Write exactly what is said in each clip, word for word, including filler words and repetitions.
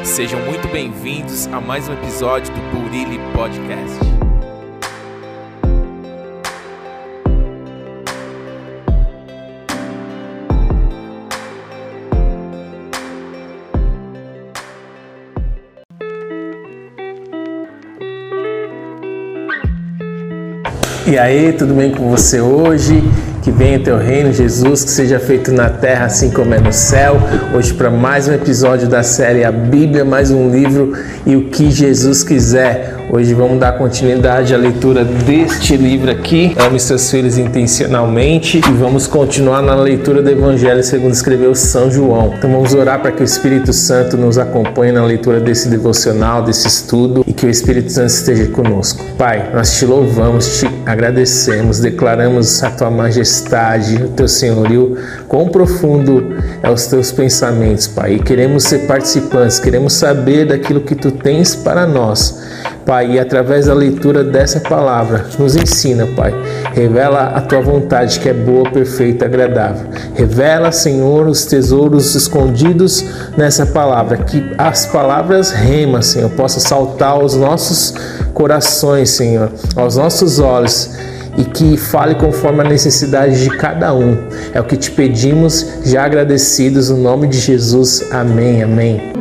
Sejam muito bem-vindos a mais um episódio do Burilli Podcast. E aí, tudo bem com você hoje? Que venha o teu reino, Jesus, que seja feito na terra assim como é no céu. Hoje para mais um episódio da série A Bíblia, mais um livro e o que Jesus quiser. Hoje vamos dar continuidade à leitura deste livro aqui, Ame Seus Filhos Intencionalmente, e vamos continuar na leitura do Evangelho segundo escreveu São João. Então vamos orar para que o Espírito Santo nos acompanhe na leitura desse devocional, desse estudo, e que o Espírito Santo esteja conosco. Pai, nós te louvamos, te agradecemos, declaramos a tua majestade, o teu senhorio, quão profundo é os teus pensamentos, Pai, e queremos ser participantes, queremos saber daquilo que tu tens para nós, Pai, e através da leitura dessa palavra, nos ensina, Pai, revela a tua vontade que é boa, perfeita e agradável. Revela, Senhor, os tesouros escondidos nessa palavra, que as palavras rema, Senhor, possam saltar aos nossos corações, Senhor, aos nossos olhos, e que fale conforme a necessidade de cada um. É o que te pedimos, já agradecidos, no nome de Jesus. Amém, amém.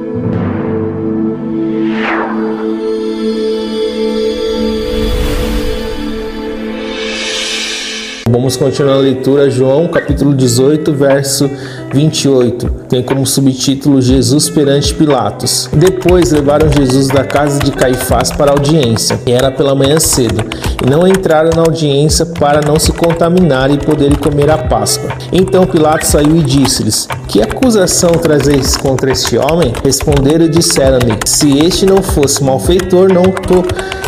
Vamos continuar a leitura, João capítulo dezoito, verso vinte e oito. Tem como subtítulo Jesus perante Pilatos. Depois levaram Jesus da casa de Caifás para a audiência, e era pela manhã cedo, e não entraram na audiência para não se contaminar e poderem comer a Páscoa. Então Pilatos saiu e disse-lhes: Que acusação trazeis contra este homem? Responderam e disseram-lhe: Se este não fosse malfeitor, não to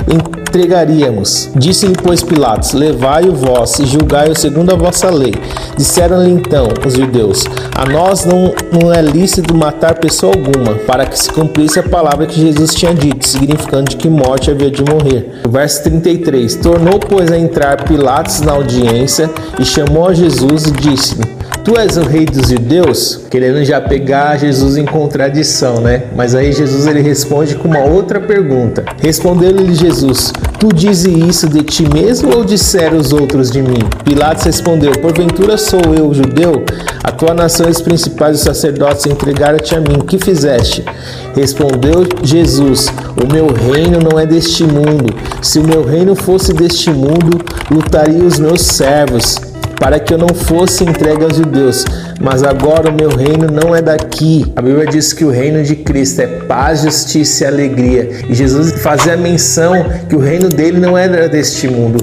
entregaríamos. Disse-lhe, pois, Pilatos: Levai-o vós e julgai-o segundo a vossa lei. Disseram-lhe então os judeus: A nós não, não é lícito matar pessoa alguma, para que se cumprisse a palavra que Jesus tinha dito, significando de que morte havia de morrer. O verso trinta e três. Tornou, pois, a entrar Pilatos na audiência e chamou a Jesus e disse-lhe: Tu és o rei dos judeus? Querendo já pegar Jesus em contradição, né? Mas aí Jesus ele responde com uma outra pergunta. Respondeu-lhe Jesus: Tu dizes isso de ti mesmo ou disseram os outros de mim? Pilatos respondeu: Porventura sou eu judeu? A tua nação e os principais dos sacerdotes entregaram-te a mim. Que fizeste? Respondeu Jesus: O meu reino não é deste mundo. Se o meu reino fosse deste mundo, lutaria os meus servos, para que eu não fosse entregue aos judeus. Mas agora o meu reino não é daqui. A Bíblia diz que o reino de Cristo é paz, justiça e alegria. E Jesus fazia a menção que o reino dele não era deste mundo.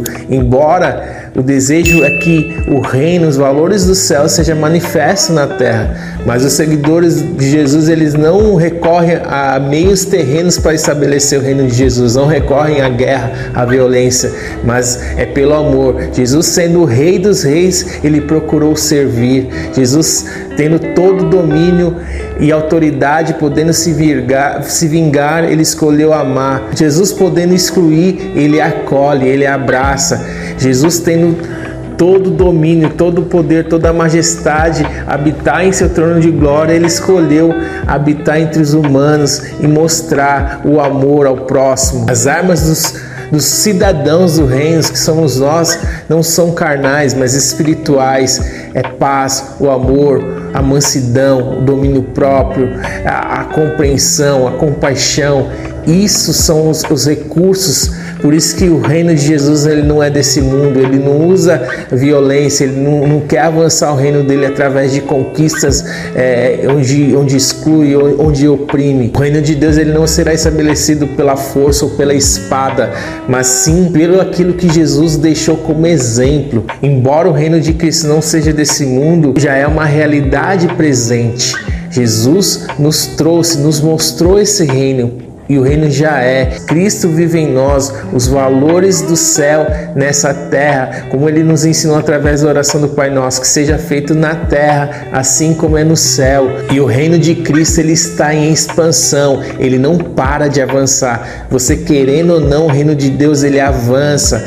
Embora o desejo é que o reino, os valores do céu seja manifesto na terra. Mas os seguidores de Jesus, eles não recorrem a meios terrenos para estabelecer o reino de Jesus. Não recorrem à guerra, à violência, mas é pelo amor. Jesus, sendo o rei dos reis, ele procurou servir. Jesus, tendo todo o domínio e autoridade, podendo se vingar, se vingar, ele escolheu amar. Jesus, podendo excluir, ele acolhe, ele abraça. Jesus, tendo todo o domínio, todo o poder, toda a majestade, habitar em seu trono de glória, ele escolheu habitar entre os humanos e mostrar o amor ao próximo. As armas dos dos cidadãos do reino, que somos nós, não são carnais, mas espirituais. É paz, o amor, a mansidão, o domínio próprio, a, a compreensão, a compaixão. Isso são os, os recursos. Por isso que o reino de Jesus ele não é desse mundo, ele não usa violência, ele não, não quer avançar o reino dele através de conquistas é, onde, onde exclui, onde oprime. O reino de Deus ele não será estabelecido pela força ou pela espada, mas sim pelo aquilo que Jesus deixou como exemplo. Embora o reino de Cristo não seja desse mundo, já é uma realidade presente. Jesus nos trouxe, nos mostrou esse reino. E o reino já é. Cristo vive em nós, os valores do céu nessa terra, como ele nos ensinou através da oração do Pai Nosso, que seja feito na terra, assim como é no céu. E o reino de Cristo ele está em expansão, ele não para de avançar. Você querendo ou não, o reino de Deus ele avança.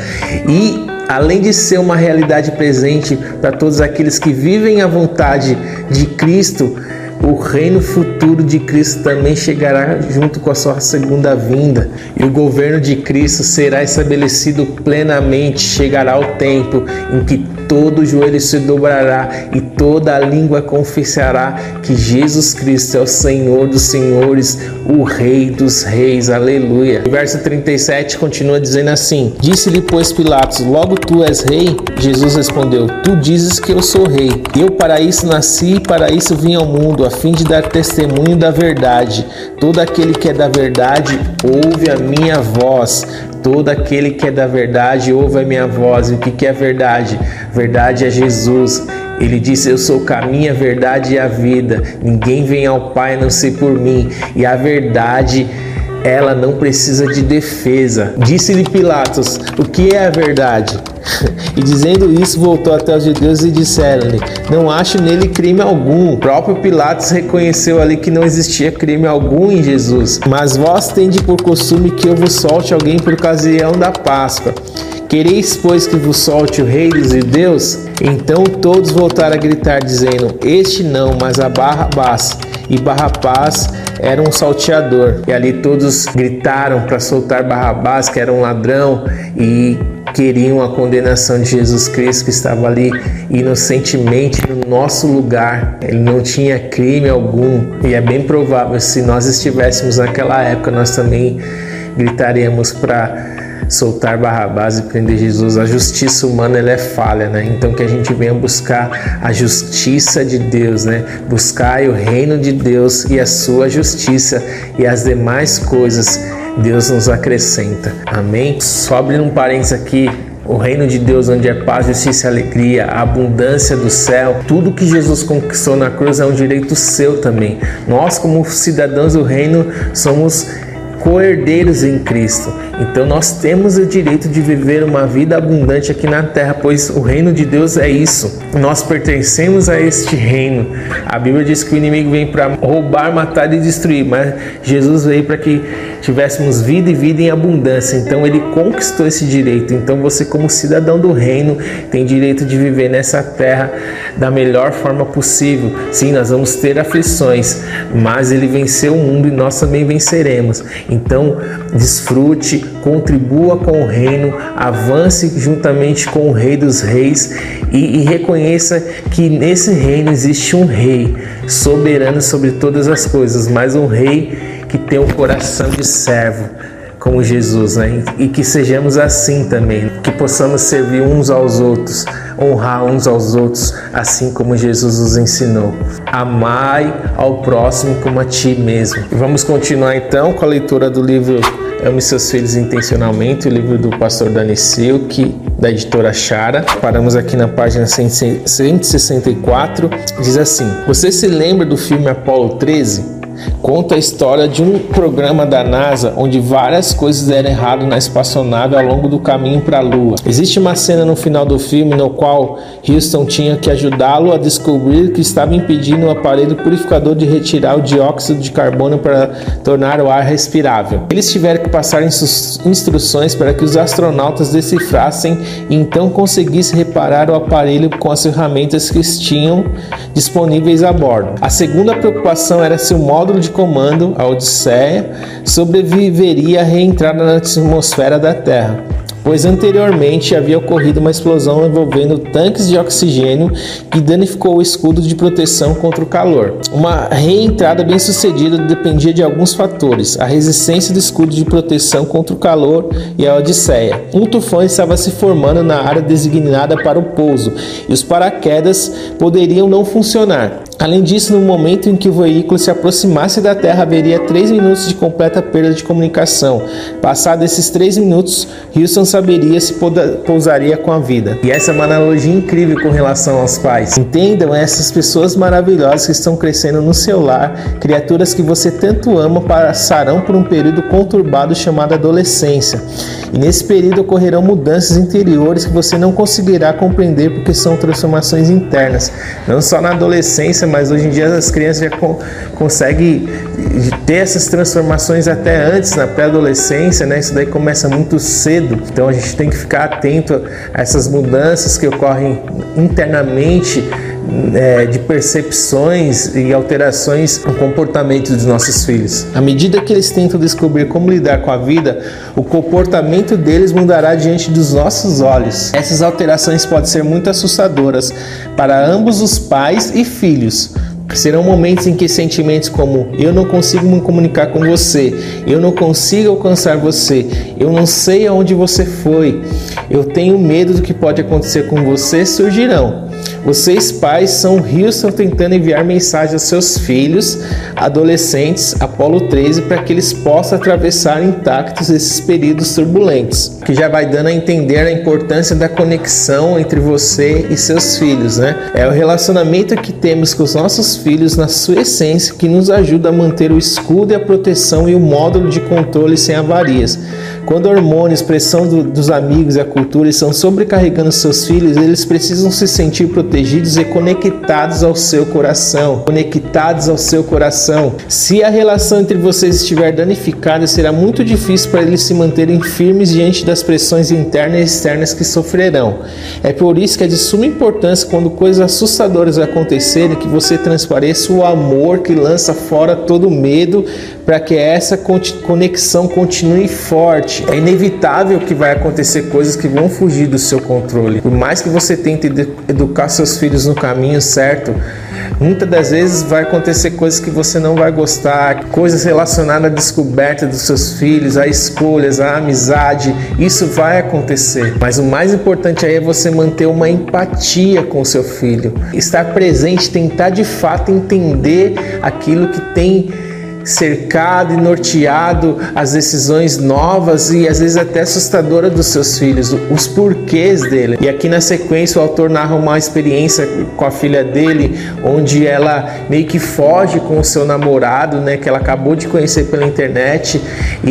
E além de ser uma realidade presente para todos aqueles que vivem a vontade de Cristo, o reino futuro de Cristo também chegará junto com a sua segunda vinda. E o governo de Cristo será estabelecido plenamente. Chegará o tempo em que todo joelho se dobrará e toda a língua confessará que Jesus Cristo é o Senhor dos senhores, o Rei dos reis. Aleluia. O verso trinta e sete continua dizendo assim: Disse-lhe, pois, Pilatos: Logo tu és rei? Jesus respondeu: Tu dizes que eu sou rei. Eu para isso nasci e para isso vim ao mundo, a fim de dar testemunho da verdade. Todo aquele que é da verdade ouve a minha voz. Todo aquele que é da verdade ouve a minha voz. E o que é verdade? Verdade é Jesus. Ele disse: Eu sou o caminho, a verdade e a vida. Ninguém vem ao Pai a não ser por mim. E a verdade, ela não precisa de defesa. Disse-lhe Pilatos: O que é a verdade? E dizendo isso, voltou até os judeus e disseram-lhe: Não acho nele crime algum. O próprio Pilatos reconheceu ali que não existia crime algum em Jesus. Mas vós tendes por costume que eu vos solte alguém por ocasião da Páscoa. Quereis, pois, que vos solte o rei dos judeus? Então todos voltaram a gritar, dizendo: Este não, mas a Barrabás. E Barrabás era um salteador. E ali todos gritaram para soltar Barrabás, que era um ladrão, e queriam a condenação de Jesus Cristo, que estava ali inocentemente no nosso lugar. Ele não tinha crime algum. E é bem provável, se nós estivéssemos naquela época, nós também gritaríamos para soltar Barrabás e prender Jesus. A justiça humana, ela é falha, né? Então que a gente venha buscar a justiça de Deus, né? Buscar o reino de Deus e a sua justiça, e as demais coisas Deus nos acrescenta. Amém? Só abrindo um parênteses aqui: o reino de Deus, onde é paz, justiça e alegria, a abundância do céu, tudo que Jesus conquistou na cruz é um direito seu também. Nós, como cidadãos do reino, somos co-herdeiros em Cristo. Então nós temos o direito de viver uma vida abundante aqui na terra, pois o reino de Deus é isso. Nós pertencemos a este reino. A Bíblia diz que o inimigo vem para roubar, matar e destruir, mas Jesus veio para que tivéssemos vida e vida em abundância. Então ele conquistou esse direito. Então você, como cidadão do reino, tem direito de viver nessa terra da melhor forma possível. Sim, nós vamos ter aflições, mas ele venceu o mundo e nós também venceremos. Então desfrute, contribua com o reino, avance juntamente com o Rei dos Reis e, e reconheça que nesse reino existe um Rei soberano sobre todas as coisas, mas um Rei que tem um coração de servo, como Jesus, né? E que sejamos assim também, que possamos servir uns aos outros, honrar uns aos outros, assim como Jesus nos ensinou. Amai ao próximo como a ti mesmo. E vamos continuar então com a leitura do livro Ame Seus Filhos Intencionalmente, o livro do pastor Dani Silk, da editora Chara. Paramos aqui na página cento e sessenta e quatro. Diz assim: Você se lembra do filme Apolo treze? Conta a história de um programa da NASA onde várias coisas deram errado na espaçonave ao longo do caminho para a Lua. Existe uma cena no final do filme no qual Houston tinha que ajudá-lo a descobrir o que estava impedindo o aparelho purificador de retirar o dióxido de carbono para tornar o ar respirável. Eles tiveram que passar instruções para que os astronautas decifrassem e então conseguissem reparar o aparelho com as ferramentas que tinham disponíveis a bordo. A segunda preocupação era se o módulo de comando, a Odisseia, sobreviveria à reentrada na atmosfera da Terra, pois anteriormente havia ocorrido uma explosão envolvendo tanques de oxigênio que danificou o escudo de proteção contra o calor. Uma reentrada bem sucedida dependia de alguns fatores: a resistência do escudo de proteção contra o calor e a Odisseia. Um tufão estava se formando na área designada para o pouso e os paraquedas poderiam não funcionar. Além disso, no momento em que o veículo se aproximasse da Terra, haveria três minutos de completa perda de comunicação. Passados esses três minutos, Houston saberia se pousaria com a vida. E essa é uma analogia incrível com relação aos pais. Entendam essas pessoas maravilhosas que estão crescendo no seu lar, criaturas que você tanto ama, passarão por um período conturbado chamado adolescência. E nesse período ocorrerão mudanças interiores que você não conseguirá compreender porque são transformações internas. Não só na adolescência, mas hoje em dia as crianças já co- conseguem ter essas transformações até antes, na pré-adolescência, né? Isso daí começa muito cedo. Então a gente tem que ficar atento a essas mudanças que ocorrem internamente é, de percepções e alterações no comportamento dos nossos filhos. À medida que eles tentam descobrir como lidar com a vida, o comportamento deles mudará diante dos nossos olhos. Essas alterações podem ser muito assustadoras para ambos os pais e filhos. Serão momentos em que sentimentos como eu não consigo me comunicar com você, eu não consigo alcançar você, eu não sei aonde você foi, eu tenho medo do que pode acontecer com você surgirão. Vocês pais são Houston tentando enviar mensagem aos seus filhos, adolescentes, Apolo treze, para que eles possam atravessar intactos esses períodos turbulentos, que já vai dando a entender a importância da conexão entre você e seus filhos, né? É o relacionamento que temos com os nossos filhos na sua essência que nos ajuda a manter o escudo e a proteção e o módulo de controle sem avarias. Quando hormônios, pressão do, dos amigos e a cultura estão sobrecarregando seus filhos, eles precisam se sentir protegidos e conectados ao seu coração. Conectados ao seu coração. Se a relação entre vocês estiver danificada, será muito difícil para eles se manterem firmes diante das pressões internas e externas que sofrerão. É por isso que é de suma importância, quando coisas assustadoras acontecerem, que você transpareça o amor que lança fora todo medo, para que essa conexão continue forte. É inevitável que vai acontecer coisas que vão fugir do seu controle. Por mais que você tente educar seus filhos no caminho certo, muitas das vezes vai acontecer coisas que você não vai gostar, coisas relacionadas à descoberta dos seus filhos, a escolhas, a amizade. Isso vai acontecer. Mas o mais importante aí é você manter uma empatia com o seu filho. Estar presente, tentar de fato entender aquilo que tem cercado e norteado as decisões novas e às vezes até assustadoras dos seus filhos, os porquês dele. E aqui na sequência o autor narra uma experiência com a filha dele, onde ela meio que foge com o seu namorado, né, que ela acabou de conhecer pela internet,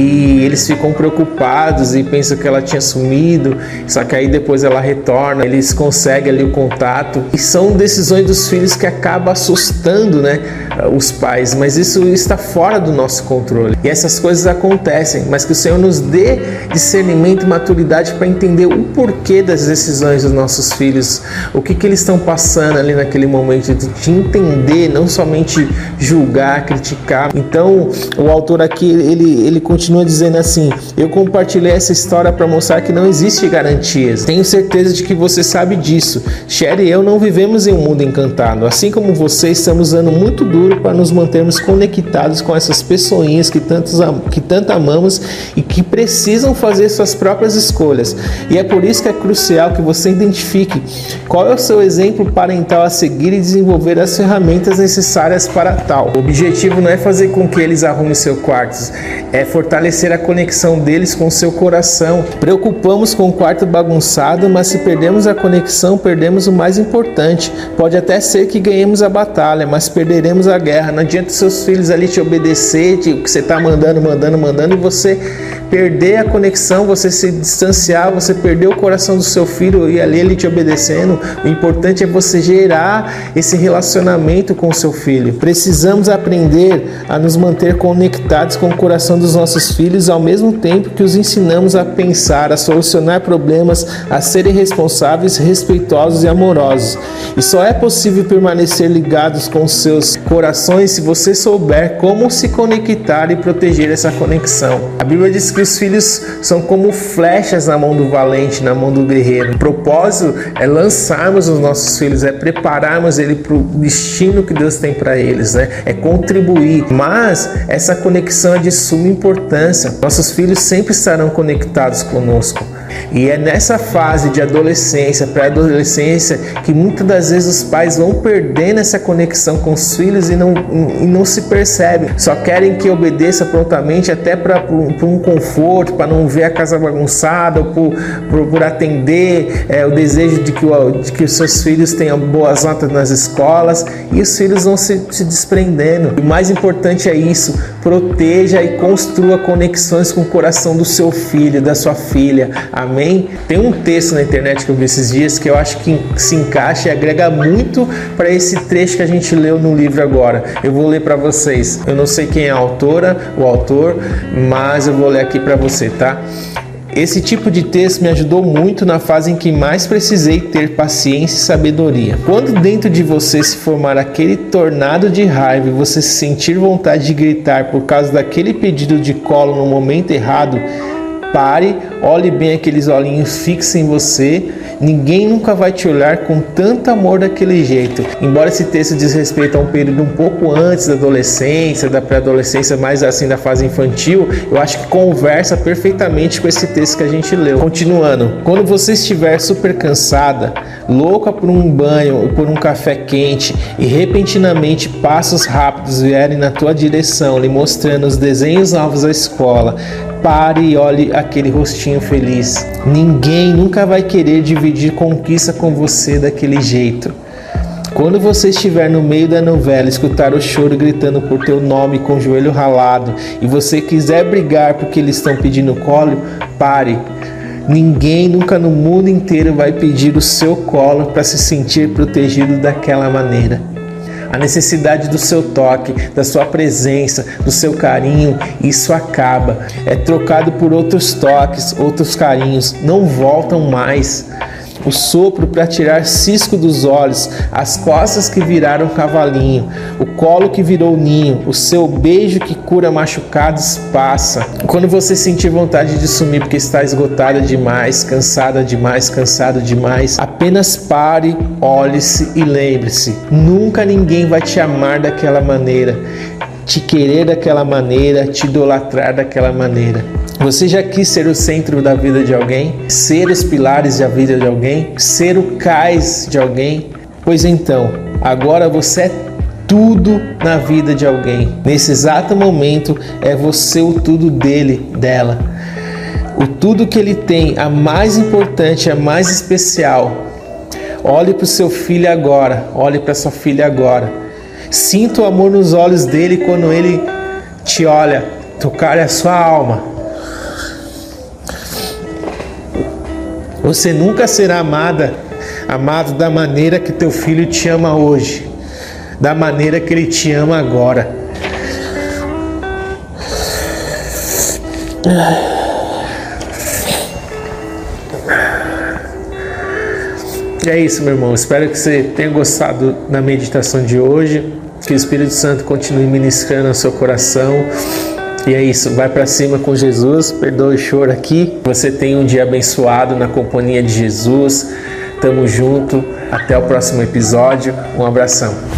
e eles ficam preocupados e pensam que ela tinha sumido, só que aí depois ela retorna, eles conseguem ali o contato, e são decisões dos filhos que acabam assustando, né, os pais, mas isso está fora do nosso controle. E essas coisas acontecem, mas que o Senhor nos dê discernimento e maturidade para entender o porquê das decisões dos nossos filhos, o que, que eles estão passando ali naquele momento, de entender, não somente julgar, criticar. Então, o autor aqui, ele, ele continua dizendo assim: eu compartilhei essa história para mostrar que não existe garantias. Tenho certeza de que você sabe disso. Sherry e eu não vivemos em um mundo encantado. Assim como você, estamos usando muito duro para nos mantermos conectados com essas pessoinhas que, tantos, que tanto amamos e que precisam fazer suas próprias escolhas. E é por isso que é crucial que você identifique qual é o seu exemplo parental a seguir e desenvolver as ferramentas necessárias para tal. O objetivo não é fazer com que eles arrumem seu quarto, é fortalecer a conexão deles com o seu coração. Preocupamos com o quarto bagunçado, mas se perdemos a conexão, perdemos o mais importante. Pode até ser que ganhemos a batalha, mas perderemos a guerra. Não adianta seus filhos ali te obedecer, o que você está mandando, mandando, mandando, e você perder a conexão, você se distanciar, você perder o coração do seu filho e ali ele te obedecendo. O importante é você gerar esse relacionamento com o seu filho. Precisamos aprender a nos manter conectados com o coração dos nossos filhos, ao mesmo tempo que os ensinamos a pensar, a solucionar problemas, a serem responsáveis, respeitosos e amorosos. E só é possível permanecer ligados com os seus corações se você souber como se conectar e proteger essa conexão. A Bíblia diz que os filhos são como flechas na mão do valente, na mão do guerreiro. O propósito é lançarmos os nossos filhos, é prepararmos eles para o destino que Deus tem para eles, né? É contribuir. Mas essa conexão é de suma importância. Nossos filhos sempre estarão conectados conosco. E é nessa fase de adolescência, pré-adolescência, que muitas das vezes os pais vão perdendo essa conexão com os filhos e não, e não se percebem. Só querem que obedeça prontamente, até para um conforto, para não ver a casa bagunçada, ou por, por, por atender é, o desejo de que, o, de que os seus filhos tenham boas notas nas escolas, e os filhos vão se, se desprendendo. O mais importante é isso: proteja e construa conexões com o coração do seu filho, da sua filha. Amém? Tem um texto na internet que eu vi esses dias que eu acho que se encaixa e agrega muito para esse trecho que a gente leu no livro agora. Eu vou ler para vocês. Eu não sei quem é a autora, o autor, mas eu vou ler aqui para você, tá? Esse tipo de texto me ajudou muito na fase em que mais precisei ter paciência e sabedoria. Quando dentro de você se formar aquele tornado de raiva e você sentir vontade de gritar por causa daquele pedido de colo no momento errado, pare, olhe bem aqueles olhinhos fixos em você. Ninguém nunca vai te olhar com tanto amor daquele jeito. Embora esse texto diz respeito a um período um pouco antes da adolescência, da pré-adolescência, mais assim da fase infantil, eu acho que conversa perfeitamente com esse texto que a gente leu. Continuando, quando você estiver super cansada, louca por um banho ou por um café quente e repentinamente passos rápidos vierem na tua direção, lhe mostrando os desenhos novos da escola, pare e olhe aquele rostinho feliz. Ninguém nunca vai querer dividir conquista com você daquele jeito. Quando você estiver no meio da novela, escutar o choro gritando por teu nome com o joelho ralado e você quiser brigar porque eles estão pedindo colo, pare. Ninguém nunca no mundo inteiro vai pedir o seu colo para se sentir protegido daquela maneira. A necessidade do seu toque, da sua presença, do seu carinho, isso acaba. É trocado por outros toques, outros carinhos, não voltam mais. O sopro para tirar cisco dos olhos, as costas que viraram cavalinho, o colo que virou ninho, o seu beijo que cura machucados passa. Quando você sentir vontade de sumir porque está esgotada demais, cansada demais, cansado demais, apenas pare, olhe-se e lembre-se, nunca ninguém vai te amar daquela maneira, te querer daquela maneira, te idolatrar daquela maneira. Você já quis ser o centro da vida de alguém? Ser os pilares da vida de alguém? Ser o cais de alguém? Pois então, agora você é tudo na vida de alguém. Nesse exato momento, é você o tudo dele, dela. O tudo que ele tem, a mais importante, a mais especial. Olhe para o seu filho agora, olhe para sua filha agora. Sinta o amor nos olhos dele quando ele te olha, tocar a sua alma. Você nunca será amada, amado da maneira que teu filho te ama hoje, da maneira que ele te ama agora. E é isso, meu irmão. Espero que você tenha gostado da meditação de hoje, que o Espírito Santo continue ministrando ao seu coração. E é isso, vai pra cima com Jesus, perdoe o choro aqui. Você tenha um dia abençoado na companhia de Jesus. Tamo junto, até o próximo episódio. Um abração.